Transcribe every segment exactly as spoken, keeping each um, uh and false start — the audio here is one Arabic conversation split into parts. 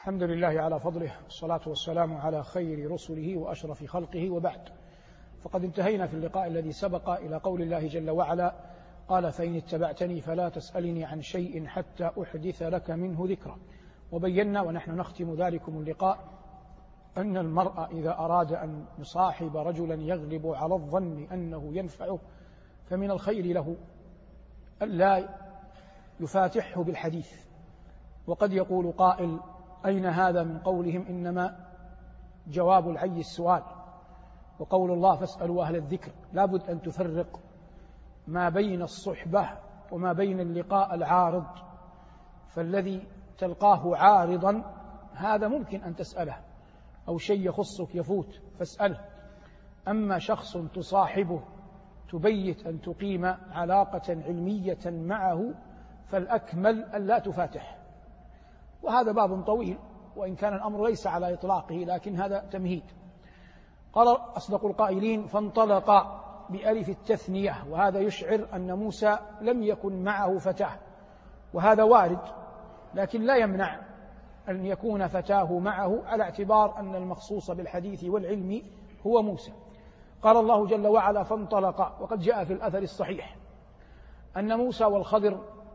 الحمد لله على فضله، والصلاة والسلام على خير رسله وأشرف خلقه، وبعد. فقد انتهينا في اللقاء الذي سبق إلى قول الله جل وعلا: قال: فإن اتبعتني فلا تسألني عن شيء حتى أحدث لك منه ذكرا. وبينا ونحن نختم ذلكم اللقاء أن المرء إذا أراد أن يصاحب رجلا يغلب على الظن أنه ينفعه فمن الخير له ألا يفاتحه بالحديث. وقد يقول قائل: أين هذا من قولهم إنما جواب العي السؤال، وقول الله: فاسألوا أهل الذكر. لابد أن تفرق ما بين الصحبة وما بين اللقاء العارض. فالذي تلقاه عارضا هذا ممكن أن تسأله، أو شيء يخصك يفوت فاسأله. أما شخص تصاحبه تبيت أن تقيم علاقة علمية معه فالأكمل أن لا تفاتح. وهذا باب طويل، وإن كان الأمر ليس على إطلاقه، لكن هذا تمهيد. قال أصدق القائلين: فانطلق بألف التثنية، وهذا يشعر أن موسى لم يكن معه فتاه، وهذا وارد، لكن لا يمنع أن يكون فتاه معه، على اعتبار أن المخصوص بالحديث والعلم هو موسى. قال الله جل وعلا: فانطلق. وقد جاء في الأثر الصحيح أن موسى والخضر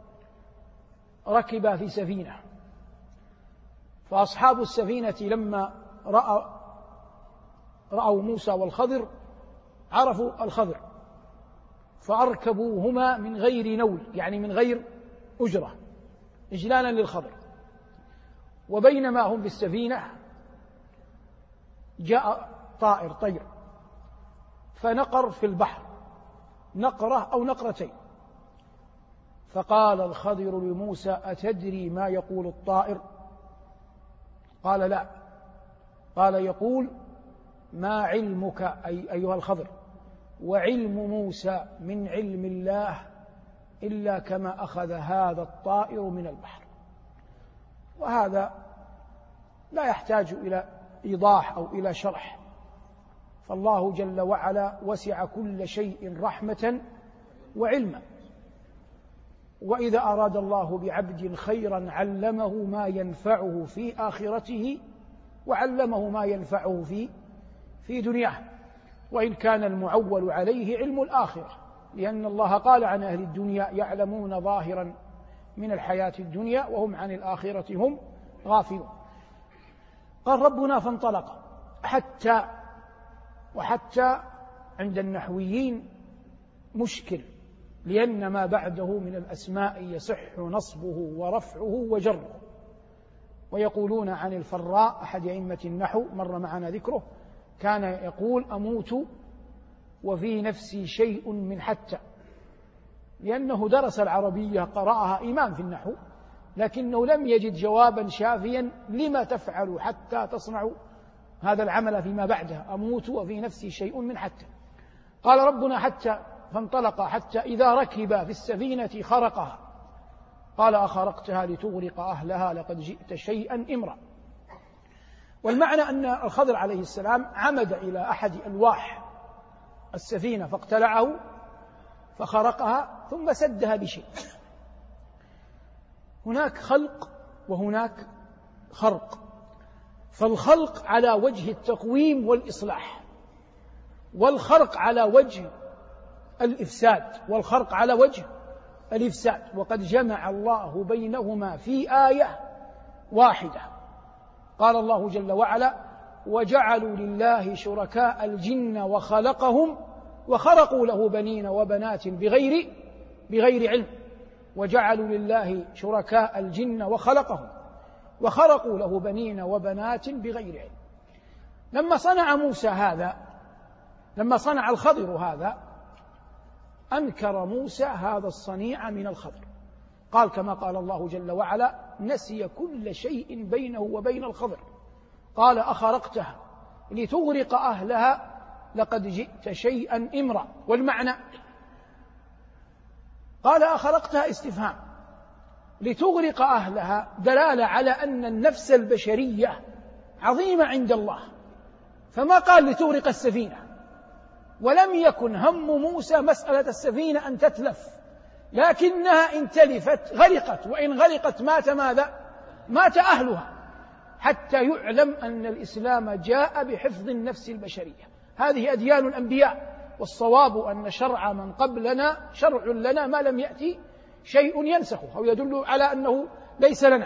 ركبا في سفينة، فأصحاب السفينة لما رأوا, رأوا موسى والخضر عرفوا الخضر فأركبوهما من غير نول، يعني من غير أجرة، إجلالا للخضر. وبينما هم في السفينة جاء طائر طير فنقر في البحر نقرة أو نقرتين، فقال الخضر لموسى: أتدري ما يقول الطائر؟ قال: لا. قال: يقول: ما علمك أي أيها الخضر وعلم موسى من علم الله إلا كما أخذ هذا الطائر من البحر. وهذا لا يحتاج إلى إيضاح أو إلى شرح، فالله جل وعلا وسع كل شيء رحمة وعلما، وإذا أراد الله بعبد خيرا علمه ما ينفعه في آخرته وعلمه ما ينفعه في في دنياه، وإن كان المعول عليه علم الآخرة، لأن الله قال عن أهل الدنيا: يعلمون ظاهرا من الحياة الدنيا وهم عن الآخرة هم غافلون. قال ربنا: فانطلق. حتى وحتى عند النحويين مشكل، لأن ما بعده من الأسماء يصح نصبه ورفعه وجره. ويقولون عن الفراء أحد أئمة النحو مر معنا ذكره، كان يقول: أموت وفي نفسي شيء من حتى، لأنه درس العربية قرأها إمام في النحو، لكنه لم يجد جوابا شافيا لما تفعل حتى تصنع هذا العمل فيما بعدها. أموت وفي نفسي شيء من حتى. قال ربنا: حتى فانطلق حتى إذا ركب في السفينة خرقها. قال: أخرقتها لتغرق أهلها لقد جئت شيئا إمرا. والمعنى أن الخضر عليه السلام عمد إلى أحد ألواح السفينة فاقتلعه فخرقها ثم سدها بشيء. هناك خلق وهناك خرق، فالخلق على وجه التقويم والإصلاح، والخرق على وجه الإفساد، والخرق على وجه الإفساد. وقد جمع الله بينهما في آية واحدة. قال الله جل وعلا: وجعلوا لله شركاء الجن وخلقهم وخرقوا له بنين وبنات بغير بغير علم. وجعلوا لله شركاء الجن وخلقهم وخرقوا له بنين وبنات بغير علم. لما صنع موسى هذا، لما صنع الخضر هذا، أنكر موسى هذا الصنيع من الخضر. قال كما قال الله جل وعلا: نسي كل شيء بينه وبين الخضر. قال: أخرقتها لتغرق أهلها لقد جئت شيئا إمرا. والمعنى قال: أخرقتها استفهام، لتغرق أهلها دلالة على أن النفس البشرية عظيمة عند الله، فما قال لتغرق السفينة. ولم يكن هم موسى مسألة السفينة أن تتلف، لكنها إن تلفت غرقت، وإن غرقت مات ماذا؟ مات أهلها. حتى يعلم أن الإسلام جاء بحفظ النفس البشرية. هذه أديان الأنبياء، والصواب أن شرع من قبلنا شرع لنا ما لم يأتي شيء ينسخه أو يدل على أنه ليس لنا.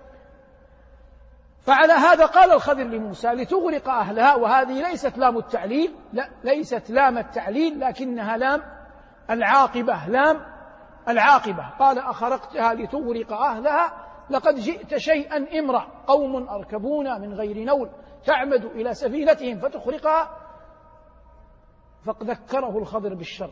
فعلى هذا قال الخضر لموسى لتغرق أهلها، وهذه ليست لام التعليل، لا ليست لام التعليل لكنها لام العاقبة، لام العاقبة. قال أخرقتها لتغرق أهلها لقد جئت شيئا إمرا، قوم أركبون من غير نول تعمد إلى سفينتهم فتخرقها. فذكره الخضر بالشر،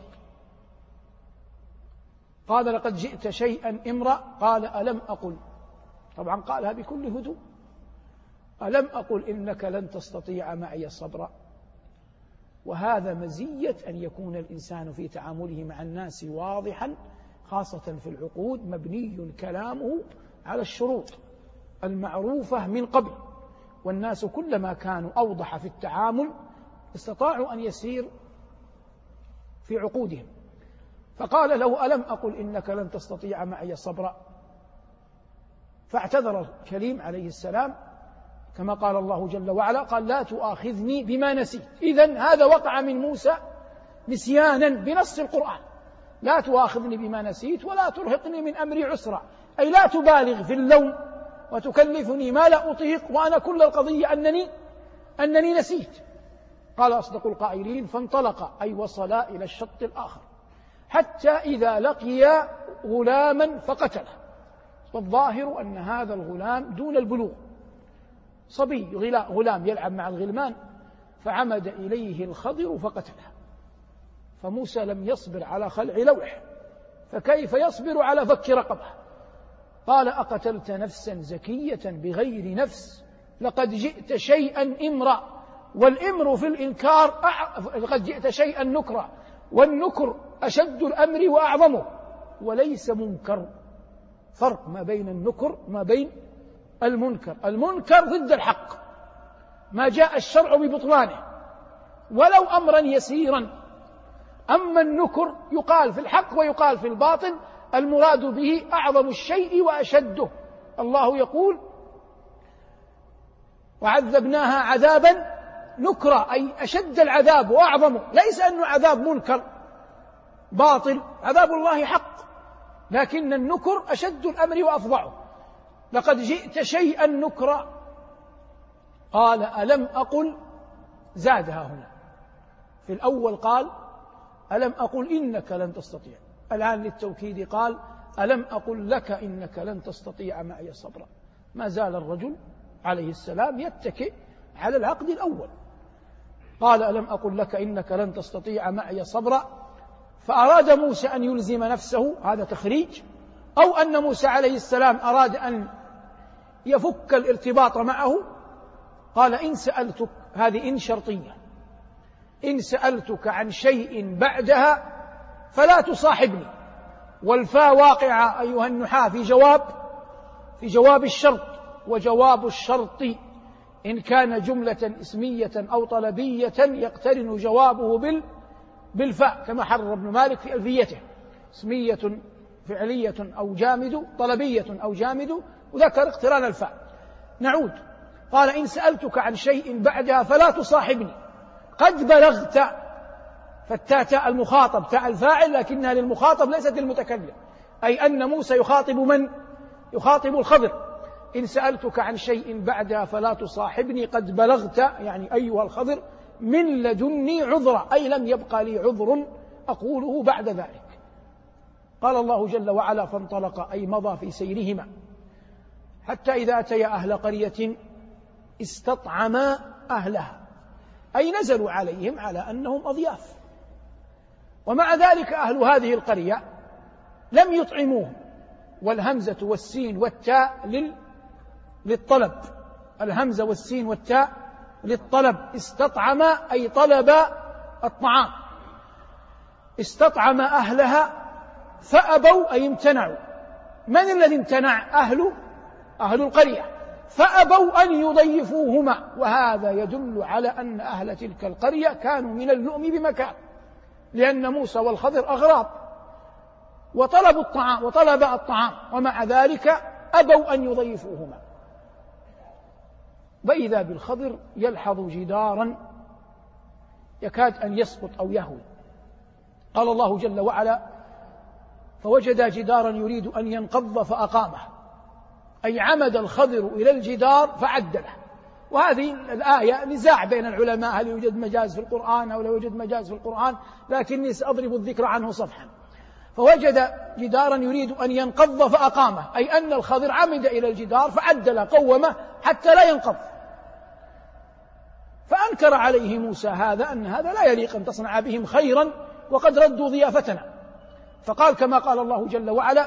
قال لقد جئت شيئا إمرا، قال ألم أقل، طبعا قالها بكل هدوء، ألم أقل إنك لن تستطيع معي صبرا. وهذا مزية أن يكون الإنسان في تعامله مع الناس واضحا، خاصة في العقود، مبني كلامه على الشروط المعروفة من قبل، والناس كلما كانوا أوضح في التعامل استطاعوا أن يسير في عقودهم. فقال له ألم أقل إنك لن تستطيع معي صبرا. فاعتذر الكليم عليه السلام كما قال الله جل وعلا، قال لا تؤاخذني بما نسيت. إذن هذا وقع من موسى نسيانا بنص القرآن، لا تؤاخذني بما نسيت ولا ترهقني من أمري عسرا، أي لا تبالغ في اللوم وتكلفني ما لا أطيق، وأنا كل القضية أنني أنني نسيت. قال أصدق القائلين فانطلقا، أي وصلا إلى الشط الآخر، حتى إذا لقيا غلاما فقتله. والظاهر أن هذا الغلام دون البلوغ، صبي غلام يلعب مع الغلمان، فعمد إليه الخضر فقتله. فموسى لم يصبر على خلع لوح، فكيف يصبر على فك رقبة؟ قال أقتلت نفسا زكية بغير نفس لقد جئت شيئا إمرا. والإمر في الإنكار لقد جئت شيئا نكرا، والنكر أشد الأمر وأعظمه، وليس منكر. فرق ما بين النكر وما بين المنكر. المنكر ضد الحق، ما جاء الشرع ببطلانه ولو أمرا يسيرا. أما النكر يقال في الحق ويقال في الباطل، المراد به أعظم الشيء وأشده. الله يقول وعذبناها عذابا نكرا، أي أشد العذاب وأعظمه، ليس أنه عذاب منكر باطل، عذاب الله حق، لكن النكر أشد الأمر وأفظعه. لقد جئت شيئا نكرا. قال ألم أقل، زادها هنا، في الأول قال ألم أقل إنك لن تستطيع، الآن للتوكيد قال ألم أقل لك إنك لن تستطيع معي صبرا. ما زال الرجل عليه السلام يتكئ على العقد الأول. قال ألم أقل لك إنك لن تستطيع معي صبرا. فأراد موسى أن يلزم نفسه، هذا تخريج، أو أن موسى عليه السلام أراد أن يفك الارتباط معه. قال إن سألتك، هذه إن شرطية، إن سألتك عن شيء بعدها فلا تصاحبني. والفاء واقعة أيها النحاة في جواب في جواب الشرط، وجواب الشرط إن كان جملة اسمية أو طلبية يقترن جوابه بال بالفاء، كما حرر ابن مالك في ألفيته، اسمية فعلية أو جامد، طلبية أو جامد، وذكر اقتران الفاء. نعود. قال إن سألتك عن شيء بعدها فلا تصاحبني قد بلغت، فالتاء تاء المخاطب، تاء الفاعل، لكنها للمخاطب ليست للمتكلم، أي أن موسى يخاطب من؟ يخاطب الخضر. إن سألتك عن شيء بعدها فلا تصاحبني قد بلغت، يعني أيها الخضر، من لدني عذرا، أي لم يبقى لي عذر أقوله بعد ذلك. قال الله جل وعلا فانطلق، أي مضى في سيرهما حتى إذا أتيا أهل قرية استطعما أهلها، أي نزلوا عليهم على أنهم أضياف، ومع ذلك أهل هذه القرية لم يطعموهم. والهمزة والسين والتاء لل... للطلب، الهمزة والسين والتاء للطلب. استطعم أي طلب الطعام. استطعم أهلها فأبوا أي امتنعوا. من الذي امتنع؟ أهل أهل القرية، فأبوا أن يضيفوهما. وهذا يدل على أن أهل تلك القرية كانوا من اللؤم بمكان، لأن موسى والخضر أغراب وطلبوا الطعام وطلب الطعام، ومع ذلك أبوا أن يضيفوهما. وإذا بالخضر يلحظ جدارا يكاد أن يسقط أو يهوي. قال الله جل وعلا: فوجد جدارا يريد أن ينقض فأقامه، أي عمد الخضر إلى الجدار فعدله. وهذه الآية نزاع بين العلماء هل يوجد مجاز في القرآن أو لا يوجد مجاز في القرآن، لكني سأضرب الذكر عنه صفحا. فوجد جدارا يريد أن ينقض فأقامه، أي أن الخضر عمد إلى الجدار فعدل قومه حتى لا ينقض. فأنكر عليه موسى هذا، أن هذا لا يليق أن تصنع بهم خيرا وقد ردوا ضيافتنا. فقال كما قال الله جل وعلا: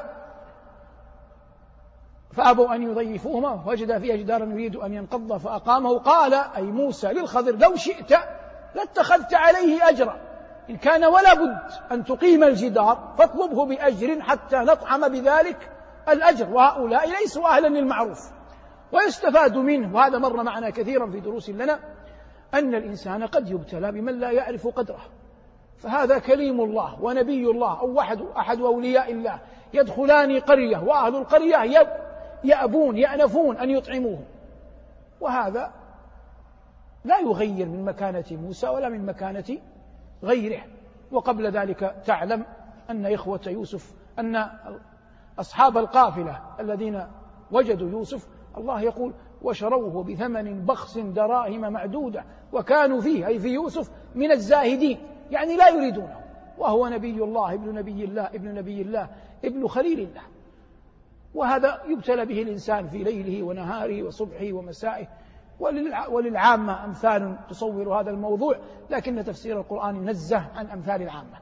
فأبوا أن يضيفوهما وجد فيها جدارا يريد أن ينقض فأقامه. قال أي موسى للخضر: لو شئت لاتخذت عليه أجرا، إن كان ولا بد أن تقيم الجدار فاطلبه بأجر حتى نطعم بذلك الأجر، وهؤلاء ليسوا أهلا للمعروف. ويستفاد منه، وهذا مر معنا كثيرا في دروس لنا، أن الإنسان قد يبتلى بمن لا يعرف قدره. فهذا كليم الله ونبي الله أو أحد أولياء الله، يدخلان قرية وأهل القرية يأبون يأنفون أن يطعموه، وهذا لا يغير من مكانة موسى ولا من مكانة غيره. وقبل ذلك تعلم أن إخوة يوسف، أن أصحاب القافلة الذين وجدوا يوسف، الله يقول: وشروه بثمن بخس دراهم معدودة وكانوا فيه، أي في يوسف، من الزاهدين، يعني لا يريدونه، وهو نبي الله ابن نبي الله ابن نبي الله ابن خليل الله. وهذا يبتلى به الإنسان في ليله ونهاره وصبحه ومسائه. وللعامة أمثال تصور هذا الموضوع، لكن تفسير القرآن نزه عن أمثال العامة.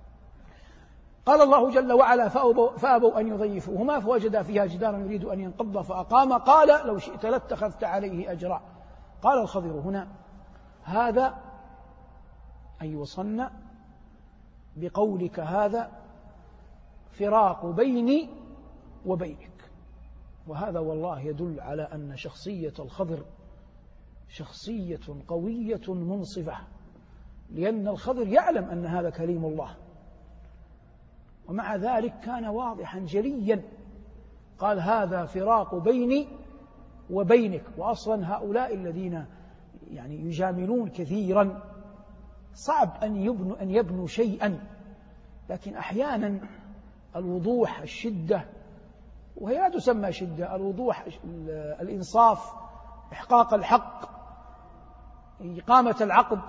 قال الله جل وعلا: فأبوا أن يضيفوهما فوجدا فيها جدارا يريد أن ينقض فأقام. قال: لو شئت لاتخذت عليه أجرا. قال الخضر هنا: هذا أي وصلنا بقولك هذا فراق بيني وبينك. وهذا والله يدل على أن شخصية الخضر شخصية قوية منصفة، لأن الخضر يعلم أن هذا كليم الله، ومع ذلك كان واضحا جليا. قال: هذا فراق بيني وبينك. وأصلا هؤلاء الذين يعني يجاملون كثيرا صعب أن يبنوا, أن يبنوا شيئا، لكن أحيانا الوضوح، الشدة، وهي لا تسمى شدة، الوضوح، الإنصاف، إحقاق الحق، إقامة العقد،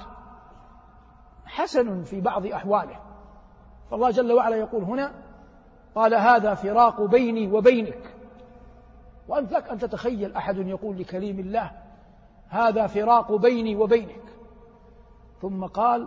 حسن في بعض أحواله. فالله جل وعلا يقول هنا: قال: هذا فراق بيني وبينك. وأنت لك أن تتخيل أحد يقول لكليم الله: هذا فراق بيني وبينك. ثم قال: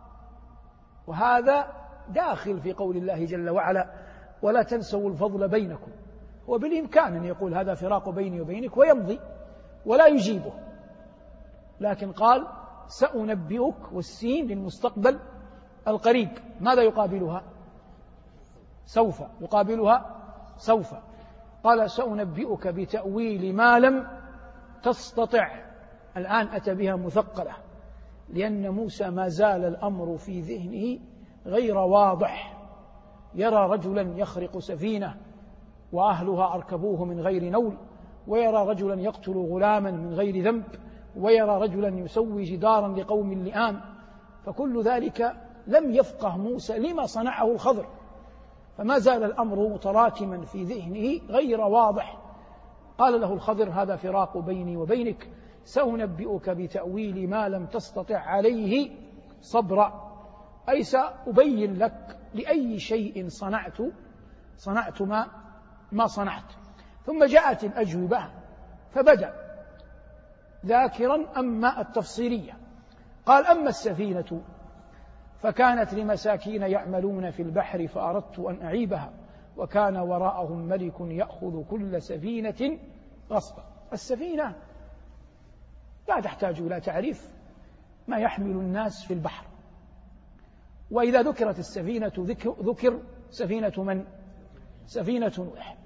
وهذا داخل في قول الله جل وعلا: ولا تنسوا الفضل بينكم. وبالإمكان أن يقول هذا فراق بيني وبينك ويمضي ولا يجيبه، لكن قال: سأنبئك، والسين للمستقبل القريب، ماذا يقابلها؟ سوف، يقابلها سوف. قال: سأنبئك بتأويل ما لم تستطع. الآن أتى بها مثقلة، لأن موسى ما زال الأمر في ذهنه غير واضح. يرى رجلا يخرق سفينة وأهلها أركبوه من غير نول، ويرى رجلا يقتل غلاما من غير ذنب، ويرى رجلا يسوي جدارا لقوم لئام. فكل ذلك لم يفقه موسى لما صنعه الخضر، فما زال الأمر متراكما في ذهنه غير واضح. قال له الخضر: هذا فراق بيني وبينك، سأنبئك بتأويل ما لم تستطع عليه صبرا، أي سأبين لك لأي شيء صنعت صنعت ما ما صنعت. ثم جاءت الأجوبة، فبدأ ذاكرا أما التفصيلية. قال: أما السفينة فكانت لمساكين يعملون في البحر فأردت أن أعيبها وكان وراءهم ملك يأخذ كل سفينة غصبا. السفينة لا تحتاج إلى تعريف، ما يحمل الناس في البحر. وإذا ذكرت السفينة ذكر سفينة من؟ سفينة نوح.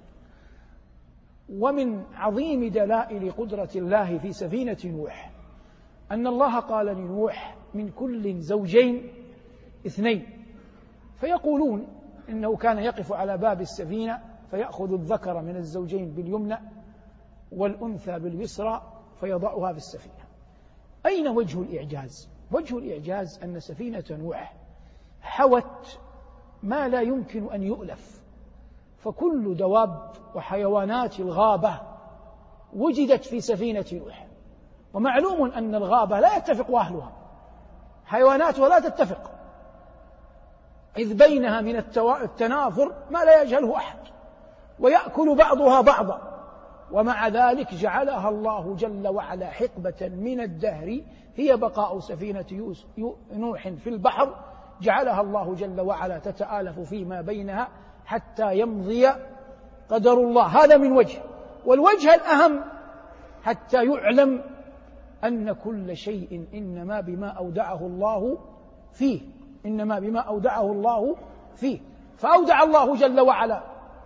ومن عظيم دلائل قدرة الله في سفينة نوح أن الله قال لنوح: من كل زوجين اثنين. فيقولون إنه كان يقف على باب السفينة فيأخذ الذكر من الزوجين باليمنى والأنثى باليسرى فيضعها في السفينة. أين وجه الإعجاز؟ وجه الإعجاز أن سفينة نوح حوت ما لا يمكن أن يؤلف، فكل دواب وحيوانات الغابة وجدت في سفينة نوح. ومعلوم أن الغابة لا يتفق أهلها، حيواناتها لا تتفق، إذ بينها من التنافر ما لا يجهله أحد، ويأكل بعضها بعضا. ومع ذلك جعلها الله جل وعلا حقبة من الدهر هي بقاء سفينة نوح في البحر، جعلها الله جل وعلا تتآلف فيما بينها حتى يمضي قدر الله. هذا من وجه. والوجه الأهم حتى يعلم أن كل شيء إنما بما أودعه الله فيه، إنما بما أودعه الله فيه. فأودع الله جل وعلا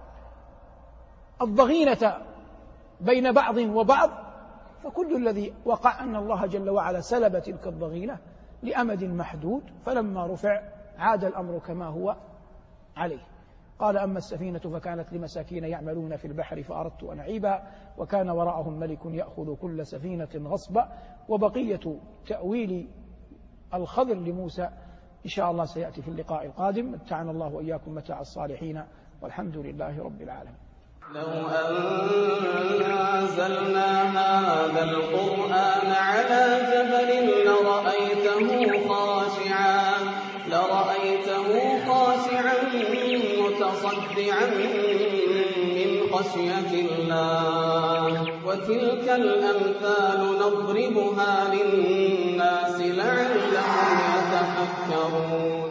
الضغينة بين بعض وبعض، فكل الذي وقع أن الله جل وعلا سلب تلك الضغينة لأمد محدود، فلما رفع عاد الأمر كما هو عليه. قال: أما السفينة فكانت لمساكين يعملون في البحر فأردت أن أعيبها وكان وراءهم ملك يأخذ كل سفينة غصبا. وبقية تأويل الخضر لموسى إن شاء الله سيأتي في اللقاء القادم. متعنا الله وإياكم متاع الصالحين والحمد لله رب العالمين. لو أنزلنا هذا القرآن على جبل لرأيته خاشعا لرأيته خاشعا متصدعا من خشية الله. وتلك الأمثال نضربها للناس لعلهم يتفكرون.